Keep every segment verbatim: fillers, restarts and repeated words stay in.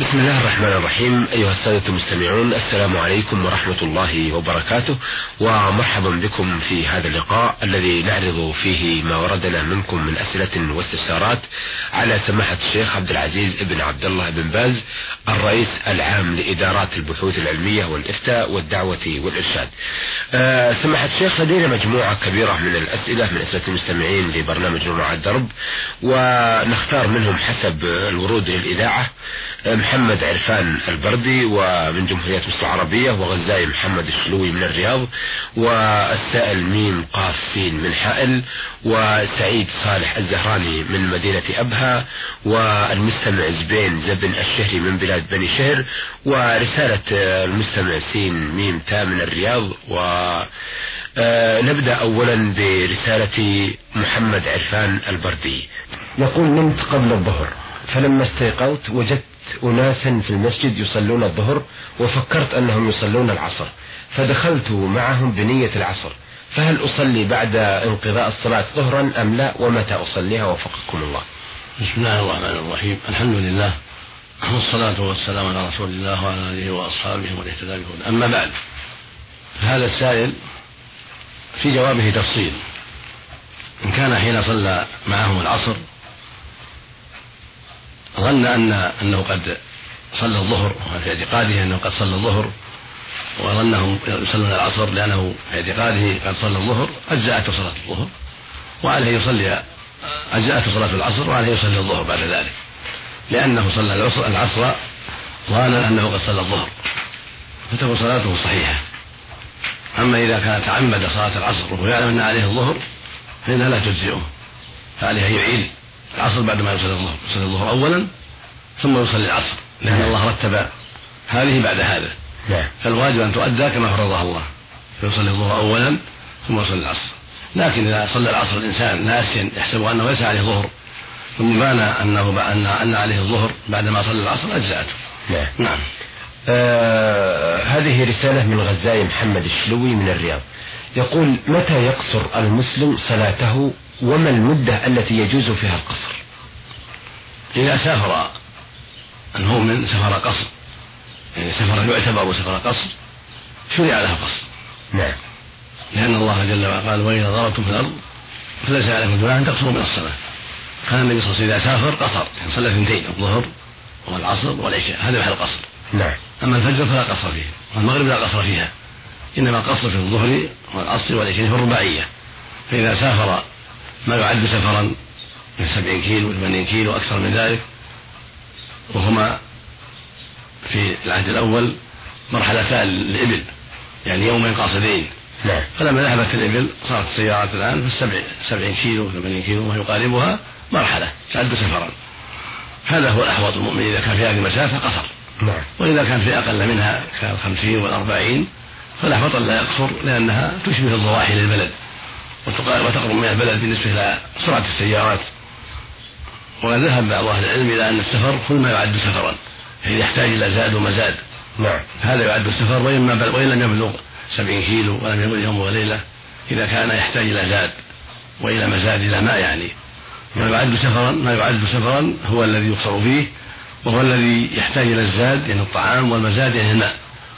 بسم الله الرحمن الرحيم. أيها السادة المستمعون، السلام عليكم ورحمة الله وبركاته، ومرحبا بكم في هذا اللقاء الذي نعرض فيه ما وردنا منكم من أسئلة واستفسارات على سماحة الشيخ عبد العزيز بن عبد الله بن باز، الرئيس العام لإدارات البحوث العلمية والإفتاء والدعوة والإرشاد. أه سماحة الشيخ، لدينا مجموعة كبيرة من الأسئلة من أسئلة المستمعين لبرنامج نور على الدرب، ونختار منهم حسب الورود للإذاعة. محمد عرفان البردي ومن جمهورية مصر العربية، وغزاي محمد الشلوي من الرياض، والسائل ميم قاف سين من حائل، وسعيد صالح الزهراني من مدينة أبها، والمستمع زبين زبن الشهري من بلاد بني شهر، ورسالة المستمع سين ميم تا من الرياض. ونبدأ أولا برسالة محمد عرفان البردي. يقول: نمت قبل الظهر، فلما استيقظت وجدت أناسا في المسجد يصلون الظهر، وفكرت أنهم يصلون العصر، فدخلت معهم بنية العصر، فهل أصلي بعد انقضاء الصلاة ظهرا أم لا، ومتى أصليها وفقكم الله؟ بسم الله الرحمن الرحيم. الحمد لله، والصلاة والسلام على رسول الله وعلى آله وأصحابه ومن اهتدى بهداه. أما بعد، هذا السائل في جوابه تفصيل. إن كان حين صلى معهم العصر ظن أن أنه قد صلى الظهر، وفي اعتقاده أنه قد صلى الظهر، وظنهم يصلون العصر لأنه في اعتقاده قد صلى الظهر، أجزأته صلاة الظهر وعليه يصلي، أجزأته صلاة العصر وعليه يصلي الظهر بعد ذلك، لأنه صلى العصر ظانا أنه قد صلى الظهر، فتكون صلاته صحيحة. أما إذا كان تعمد صلاة العصر وهو يعلم أن عليه الظهر فإنها لا تجزئه، فعليه يعيد العصر بعد ما يصلي الظهر، يصلي الظهر أولا ثم يصلي العصر، لأن الله رتب هذه بعد هذا، فالواجب أن تؤدى كما فرضها الله، فيصلي الظهر أولا ثم يصلي العصر. لكن إذا صلى العصر الإنسان ناسيا يحسب أنه ليس عليه ظهر، ثم بان أنه أن عليه الظهر بعد ما صلى العصر، أجزأته. نعم. نعم. آه هذه رسالة من غزاي محمد الشلوي من الرياض. يقول: متى يقصر المسلم صلاته، وما المدة التي يجوز فيها القصر؟ إذا سافر المؤمن سفر قصر، يعني سفر يعتبر سفر قصر، شرع له قصر. نعم. لأن الله جل وعلا قال: وإذا ضربتم في الأرض فليس عليكم جناح أن تقصروا من الصلاة. كان النبي صلى الله عليه وسلم إذا سافر قصر، يعني صلى اثنتين، الظهر والعصر والعشاء، هذا محل القصر. نعم. أما الفجر فلا قصر فيه، والمغرب لا قصر فيها، إنما القصر في الظهر والعصر والعشاء في الرباعية. فإذا سافر ما يعد سفرا من سبعين كيلو ثمانين كيلو أكثر من ذلك، وهما في العهد الأول مرحلتان للإبل، يعني يومين قاصدين. نعم. فلما ذهبت الإبل صارت السيارات الآن في سبعين كيلو ثمانين كيلو ويقاربها مرحلة تعد سفرا. هذا هو الأحوط المؤمن إذا كان في هذه المسافة قصر. نعم. وإذا كان في أقل منها كالخمسين والأربعين فالأحوط أن لا يقصر، لأنها تشبه الضواحي للبلد وتقرب من البلد بالنسبة إلى سرعة السيارات. وذهب بعض أهل العلم إلى أن السفر كل ما يعد سفرا، يعني يحتاج إلى زاد ومزاد. نعم. هذا يعد السفر وإن لم يبلغ سبعين كيلو ولم يبلغ يوم وليلة، إذا كان يحتاج إلى زاد وإلى مزاد إلى ما يعني ما يعد سفرا. ما يعد سفرا هو الذي يقصر فيه، وهو الذي يحتاج إلى الزاد يعني الطعام، والمزاد يعني الماء،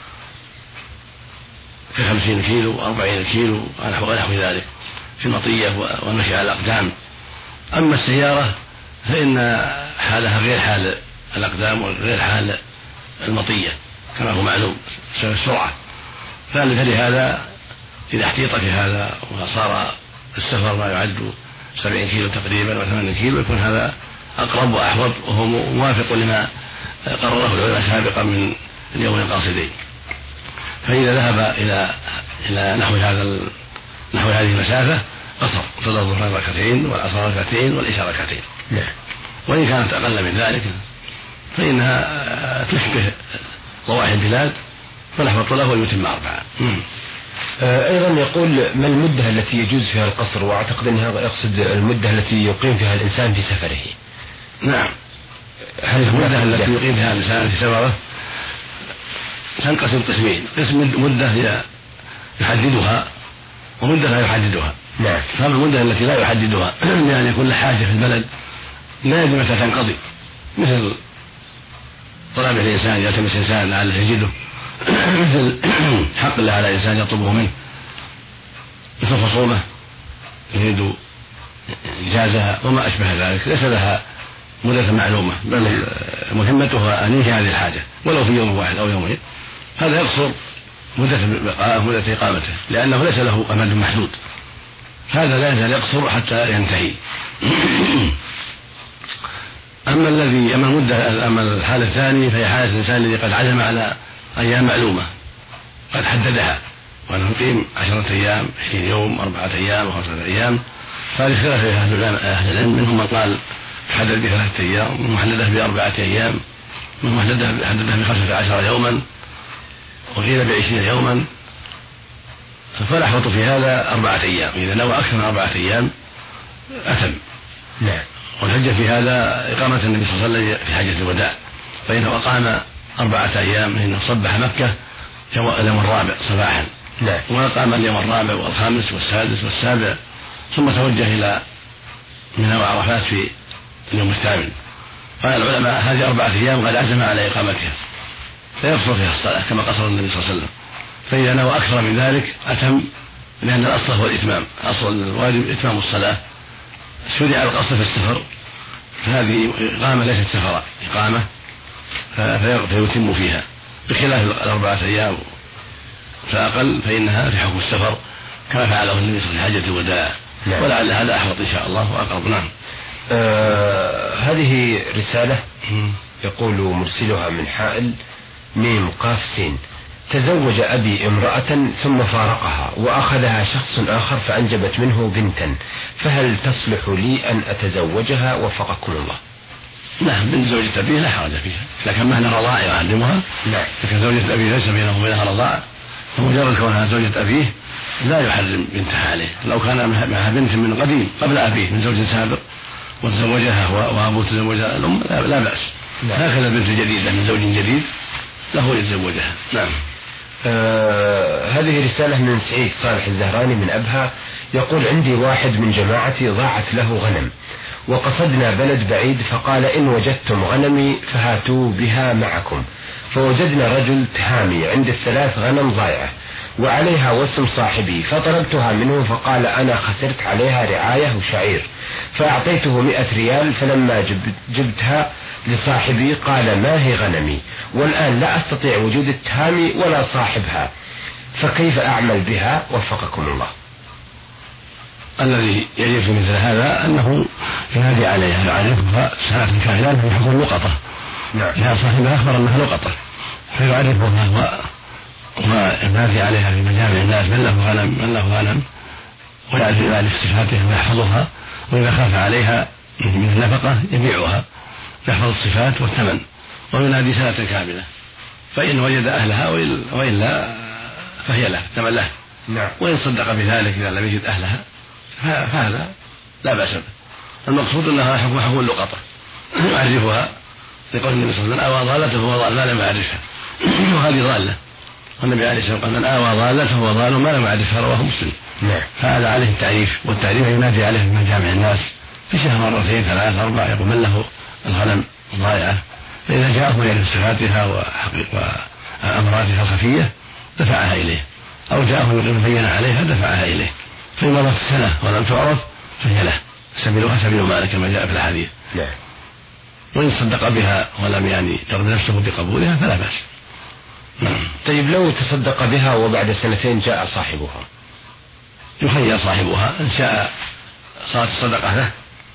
كخمسين كيلو وأربعين كيلو ونحو ذلك في المطية والمشي على الأقدام. أما السيارة فإن حالها غير حال الأقدام وغير حال المطية كما هو معلوم بسبب السرعة، فلهذا إذا احتيط في هذا وصار السفر ما يعد سبعين كيلو تقريبا وثمانين كيلو يكون هذا أقرب وأحوط، وهو موافق لما قرره العلماء سابقا من اليوم القاصدين. فإذا ذهب إلى إلى نحو هذا نحو هذه المسافة قصر، صلى الظهر ركعتين والعصر ركعتين والعشاء ركعتين. نعم. وإن كانت أقل من ذلك فإنها تشبه ضواحي البلاد، فالأحوط له ويتم أربعة. أيضا يقول: ما المدة التي يجوز فيها القصر؟ وأعتقد أنها يقصد المدة التي يقيم فيها الإنسان في سفره. نعم. هل المدة التي يقيم فيها الإنسان في سفره تنقسم قسمين: قسم مدة هي يحددها ومدة لا يحددها. نعم. فأما المدة التي لا يحددها لأن يكون له حاجة في البلد لا يدري متى تنقضي، مثل طلب الإنسان يلتمس إنسان لعله يجده مثل حق الله على إنسان يطلبه منه مثل خصومة يريد إجازها وما أشبه ذلك ليس لها مدة معلومة بل مهمتها أن ينهي هذه الحاجة ولو في يوم واحد أو يومين هذا يقصر مدة مدة إقامته لأنه ليس له أمد محدود هذا لا يزال يقصر حتى ينتهي. أما الذي أما المدة أما الحالة الثانية فهي حالة الإنسان الذي قد عزم على أيام معلومة قد حددها وأنه يقيم عشرة أيام عشرين يوم أربعة أيام وخمسة أيام فهذه خلاف أهل العلم منهم من قال حدد بثلاثة أيام ومن حدده بأربعة أيام ومن حدده بخمسة عشر يوما وقيل بعشرين يوما فالأحوط في هذا أربعة أيام إذا نوى أكثر من أربعة أيام أتم. نعم. والحجة في هذا إقامة النبي صلى الله عليه وسلم في حجة الوداع فإنه أقام أربعة أيام إنه صبح مكة اليوم الرابع صباحا نعم. وأقام اليوم الرابع والخامس والسادس والسابع ثم توجه إلى منى وعرفات في اليوم الثامن. قال العلماء هذه أربعة أيام قد عزم على إقامتها فيقصر فيها الصلاة كما قصر النبي صلى الله عليه وسلم فإذا نوى أكثر من ذلك أتم لأن الأصل هو الإتمام أصل الواجب إتمام الصلاة شرع القصر في السفر فهذه إقامة ليست سفرا إقامة فيتم فيها بخلاف الأربعة أيام فأقل فإنها في حكم السفر كما فعله النبي صلى الله عليه وسلم في حجة الوداع. نعم. ولعل هذا أحوط إن شاء الله وأقرب. نعم. آه هذه رسالة يقول مرسلها من حائل ميم قاف سين تزوج أبي امرأة ثم فارقها وأخذها شخص آخر فأنجبت منه بنتا فهل تصلح لي أن أتزوجها وفقكم الله؟ نعم من زوجة أبيه لا حرج فيها لكن مهنة رضاع يعلمها. نعم. لكن زوجة أبيه ليس بينه وبينها رضاع فمجرد كونها زوجة أبيه لا يحرم بنتها عليه لو كان معها بنت من قديم قبل أبيه من زوج سابق وتزوجها وأبوه تزوجها الأم لا بأس. نعم. هكذا بنت جديدة من زوج جديد له يتزوجها. نعم. آه هذه رسالة من سعيد صالح الزهراني من أبها يقول عندي واحد من جماعتي ضاعت له غنم وقصدنا بلد بعيد فقال إن وجدتم غنمي فهاتوا بها معكم فوجدنا رجل تهامي عند الثلاث غنم ضائعة وعليها واسم صاحبي فطلبتها منه فقال أنا خسرت عليها رعاية وشعير فأعطيته مئة ريال فلما جبتها لصاحبي قال ما هي غنمي والآن لا أستطيع وجود التهامي ولا صاحبها فكيف أعمل بها وفقكم الله؟ الذي يجب في مثل هذا أنه ينادي عليها يعرفها سنة كاملة في حكم لقطة. نعم. لأن صاحبها أخبر أنها لقطة فيعرفها وينادي عليها في مجامع الناس من له غنم من له غنم ويعرف صفاتها ويحفظها وإذا خاف عليها من النفقة يبيعها يحفظ الصفات والثمن وينادي سنة كاملة فإن وجد أهلها وإلا فهي له ثمن له. نعم. وإن صدق بذلك إذا لم يجد أهلها فهذا لا بأس به. المقصود أنها حكم حكم اللقطة يعرفها لقول النبي صلى الله عليه وسلم من آوى ضالته فهو ضال ما لم يعرفها وهذه ضالة والنبي عليه الصلاة والسلام قال من آوى ضالته فهو ضال ما لم يعرفها رواه مسلم. نعم. فهذا عليه التعريف والتعريف ينادي عليه في مجامع الناس في شهر مرتين ثلاث أربع يقول من له الغنم ضائعة فإذا جاءه يعرف صفاتها وأمراتها الخفية دفعها إليه أو جاءه يبين عليها دفعها إليه فإن مضت سنة ولم تعرف فهي له سبيلها سبيل مالك كما جاء في الحديث. نعم. وإن صدق بها ولم يعني ترد نفسه بقبولها فلا بأس. نعم. طيب لو تصدق بها وبعد سنتين جاء صاحبها يخير صاحبها إن شاء صارت الصدقة له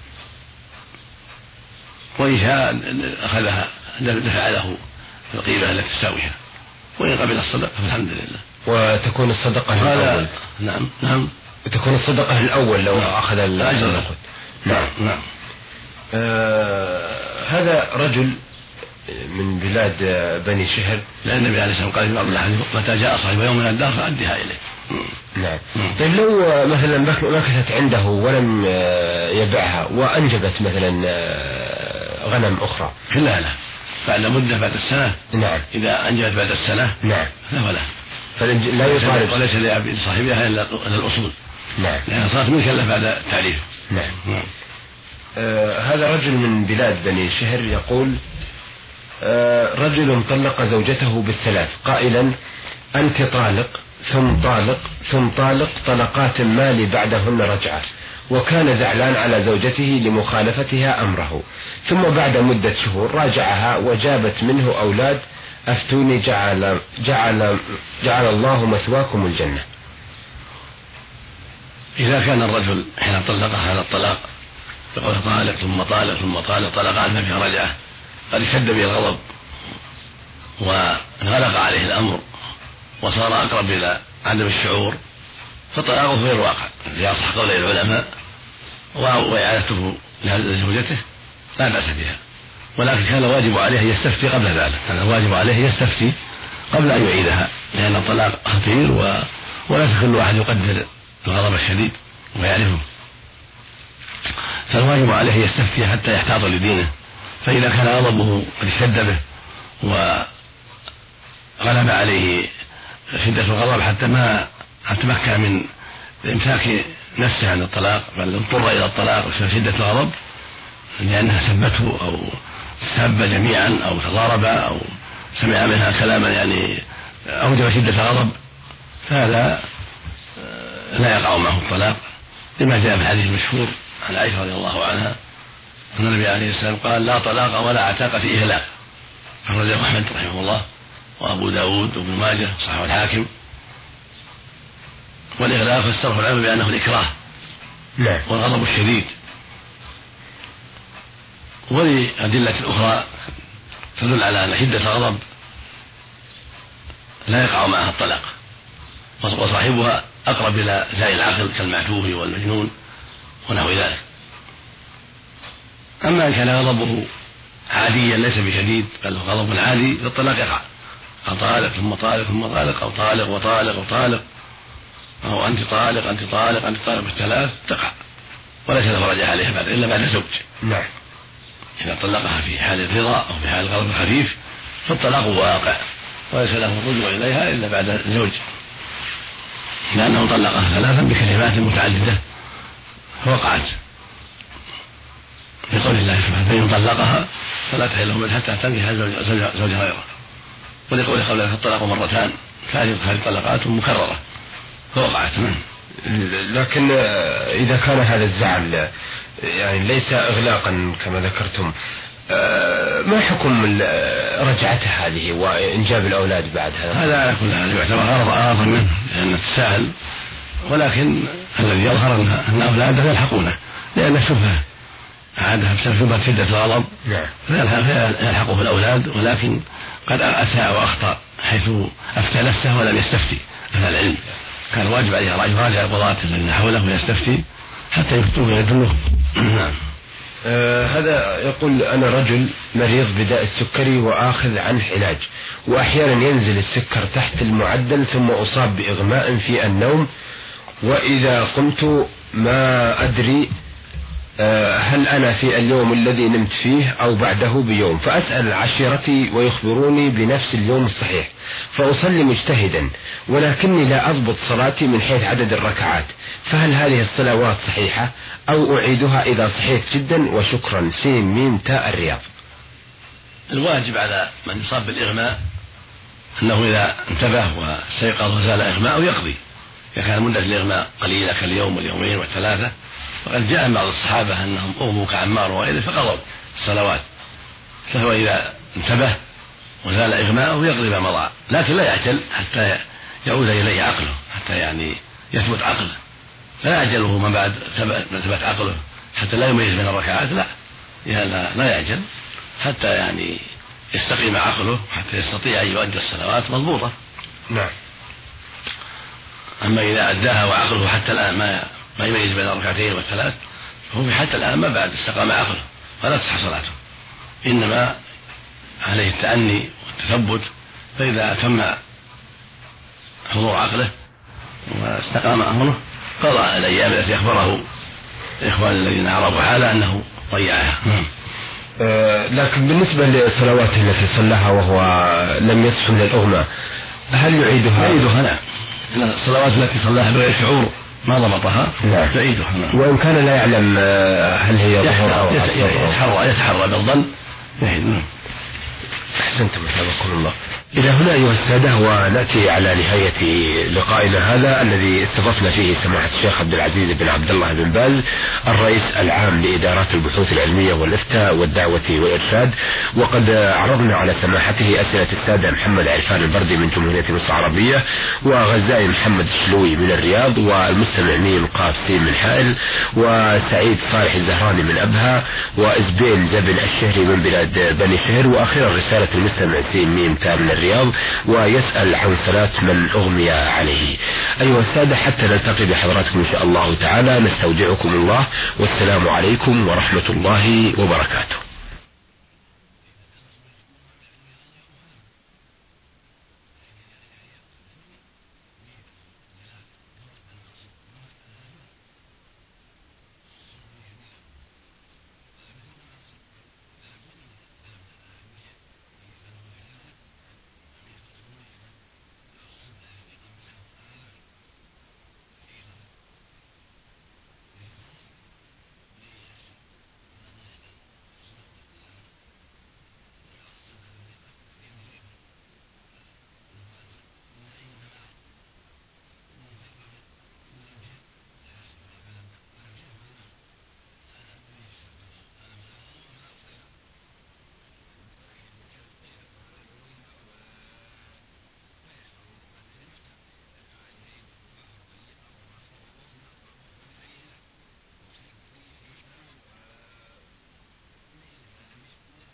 وإن شاء أخذها دفع له القيمة التي تساويها وإن قبل الصدقة فالحمد لله. وتكون الصدقة الأول. نعم نعم. وتكون الصدقة الأول لو نعم. أخذ الأجر. نعم نعم. آه هذا رجل من بلاد بني شهر لأن النبي عليه الصلاة والسلام قال في بعض الأحاديث متى جاء صاحب يوم من الدار فأدها إليه. نعم. طيب لو مثلا مكثت عنده ولم يبيعها وأنجبت مثلا غنم أخرى كلها له بعد مدة بعد السنة. نعم. إذا أنجبت بعد السنة نعم له له فلا يطالب وليس لصاحبها إلا الأصول. نعم. لأنها صارت ملكا له بعد التعريف. نعم. نعم. آه هذا رجل من بلاد بني شهر يقول رجل طلق زوجته بالثلاث قائلا أنت طالق ثم طالق ثم طالق طلقات ما لي بعدهن رجعة، وكان زعلان على زوجته لمخالفتها أمره، ثم بعد مدة شهور راجعها وجابت منه أولاد، أفتوني جعل, جعل, جعل الله مثواكم الجنة. إذا كان الرجل حين طلق هذا الطلاق يقول طالق ثم طالق ثم طالق طلقات ما فيها رجعة قد اشتد به الغضب وغلق عليه الأمر وصار أقرب إلى عدم الشعور، فطلاقه غير واقع لأصح قولي العلماء، وإعادته لزوجته لا بأس بها، ولكن كان واجب عليه أن يستفتي قبل ذلك، كان واجب عليه يستفتي قبل أن يعيدها، لأن الطلاق خطير و... وليس كل واحد يقدر الغضب الشديد ويعرفه، فالواجب عليه يستفتي حتى يحتاط لدينه، فإذا كان غضبه قد اشتد به وغلب عليه شدة الغضب حتى ما تمكن من إمساك نفسه عن الطلاق بل اضطر إلى الطلاق بسبب شدة الغضب لأنها سبته أو سب جميعا أو تضارب أو سمع منها كلاما يعني أوجب شدة غضب، فهذا لا يقع معه الطلاق، لما جاء في الحديث المشهور عن عائشة رضي الله عنها أن النبي عليه السلام قال لا طلاق ولا عتاق في إغلاق، أخرجه أحمد رحمه الله وأبو داود وابن ماجه صححه الحاكم. والإغلاق فسره العلماء بأنه الإكراه والغضب الشديد، ولأدلة أخرى تدل على أن شدة الغضب لا يقع معها الطلاق، وصاحبها أقرب إلى زائل العقل كالمعتوه والمجنون ونحو ذلك. أما إن كان غضبه عاديا ليس بشديد بل غضب عادي فالطلاق يقع، أو طالق ثم طالق ثم طالق أو طالق وطالق وطالق أو أنت طالق أنت طالق أنت طالق بالثلاث تقع، وليس له رجعة عليها بعد إلا بعد زوج. نعم. إذا طلقها في حال الرضا أو في حال الغضب الخفيف فالطلاق واقع وليس له الرجوع إليها إلا بعد زوج، لأنه طلقها ثلاثا بكلمات متعددة فوقعت، في قول الله سبحانه فإن طلقها فلا تحل له حتى تنكح زوج غيره، ولقوله قبل ذلك الطلاق مرتان، هذه طلقات مكررة فوقعت. لكن إذا كان هذا الزعل يعني ليس إغلاقا كما ذكرتم، ما حكم رجعته هذه وإنجاب الأولاد بعد هذا؟ هذا على كل حال يعتبر غرض منه لأنه تساهل، ولكن الذي يظهر أن أولاده يلحقونه لأن الشبهة عادها بسبب شبهة شدة الغضب فيلحقه الأولاد، ولكن قد أساء وأخطأ حيث أفتى نفسه ولم يستفتي أهل العلم، كان واجب عليه أن يراجع القضاة الذين حوله ويستفتي حتى يفتوه ويدلوه. نعم. آه هذا يقول أنا رجل مريض بداء السكري وآخذ عنه علاج، وأحيانا ينزل السكر تحت المعدل ثم أصاب بإغماء في النوم، وإذا قمت ما أدري آه هل أنا في اليوم الذي نمت فيه أو بعده بيوم، فأسأل عشيرتي ويخبروني بنفس اليوم الصحيح، فأصلي مجتهدا ولكني لا أضبط صلاتي من حيث عدد الركعات، فهل هذه الصلوات صحيحة أو أعيدها إذا صحيت جدا؟ وشكرا. سين ميم تاء الرياض. الواجب على من يصاب بالإغماء أنه إذا انتبه واستيقظ وزال إغماءه يقضي، إذا كان مدة الإغماء قليلة كاليوم واليومين والثلاثة، وقد جاء بعض الصحابة أنهم أغموا كعمار وغيره فقضوا الصلوات، فهو إذا انتبه وزال إغماءه يقضي ما مضى، لكن لا يعجل حتى يعود إليه عقله، حتى يعني يثبت عقله، لا يعجله من بعد ثبت عقله حتى لا يميز بين الركعات، لا لا, لا يعجل حتى يعني يستقيم عقله حتى يستطيع أن يؤدي الصلوات مضبوطة. نعم. أما إذا أداها وعقله حتى الآن ما ما يميز بين الركعتين والثلاث فهو حتى الآن ما بعد استقام عقله فلا تصح صلاته، إنما عليه التأني والتثبت، فإذا أتم حضور عقله واستقام أمره قضى الأيام التي أخبره الإخوان الذين عرفوا حاله أنه ضيعها. أه لكن بالنسبة للصلوات التي صلاها وهو لم يصح من الأغمى هل يعيدها؟ يعيدها نعم، الصلوات التي صلاها بغير شعور ما ضبطها يعيدها نعم. وإن كان لا يعلم هل هي ظهر أو عصر يتحرى يتحرى بالظن. أحسنتم مثابكم الله. إلى هنا أيها السادة ونأتي على نهاية لقائنا هذا الذي استضفنا فيه سماحة الشيخ عبد العزيز بن عبد الله بن باز الرئيس العام لإدارات البحوث العلمية والإفتاء والدعوة والإرشاد، وقد عرضنا على سماحته أسئلة السادة محمد عرفان البردي من جمهورية مصر العربية، وغزائي محمد الشلوي من الرياض، والمستمع ميم قاف سين من حائل، وسعيد صالح الزهراني من أبها، وإزبين زبن الشهري من بلاد بني شهر، وأخيرا رسالة المستمع سين ميم تام من الرياض ويسأل عن صلاة من أغمي عليه. أيها السادة حتى نلتقي بحضراتكم إن شاء الله تعالى نستودعكم الله، والسلام عليكم ورحمة الله وبركاته.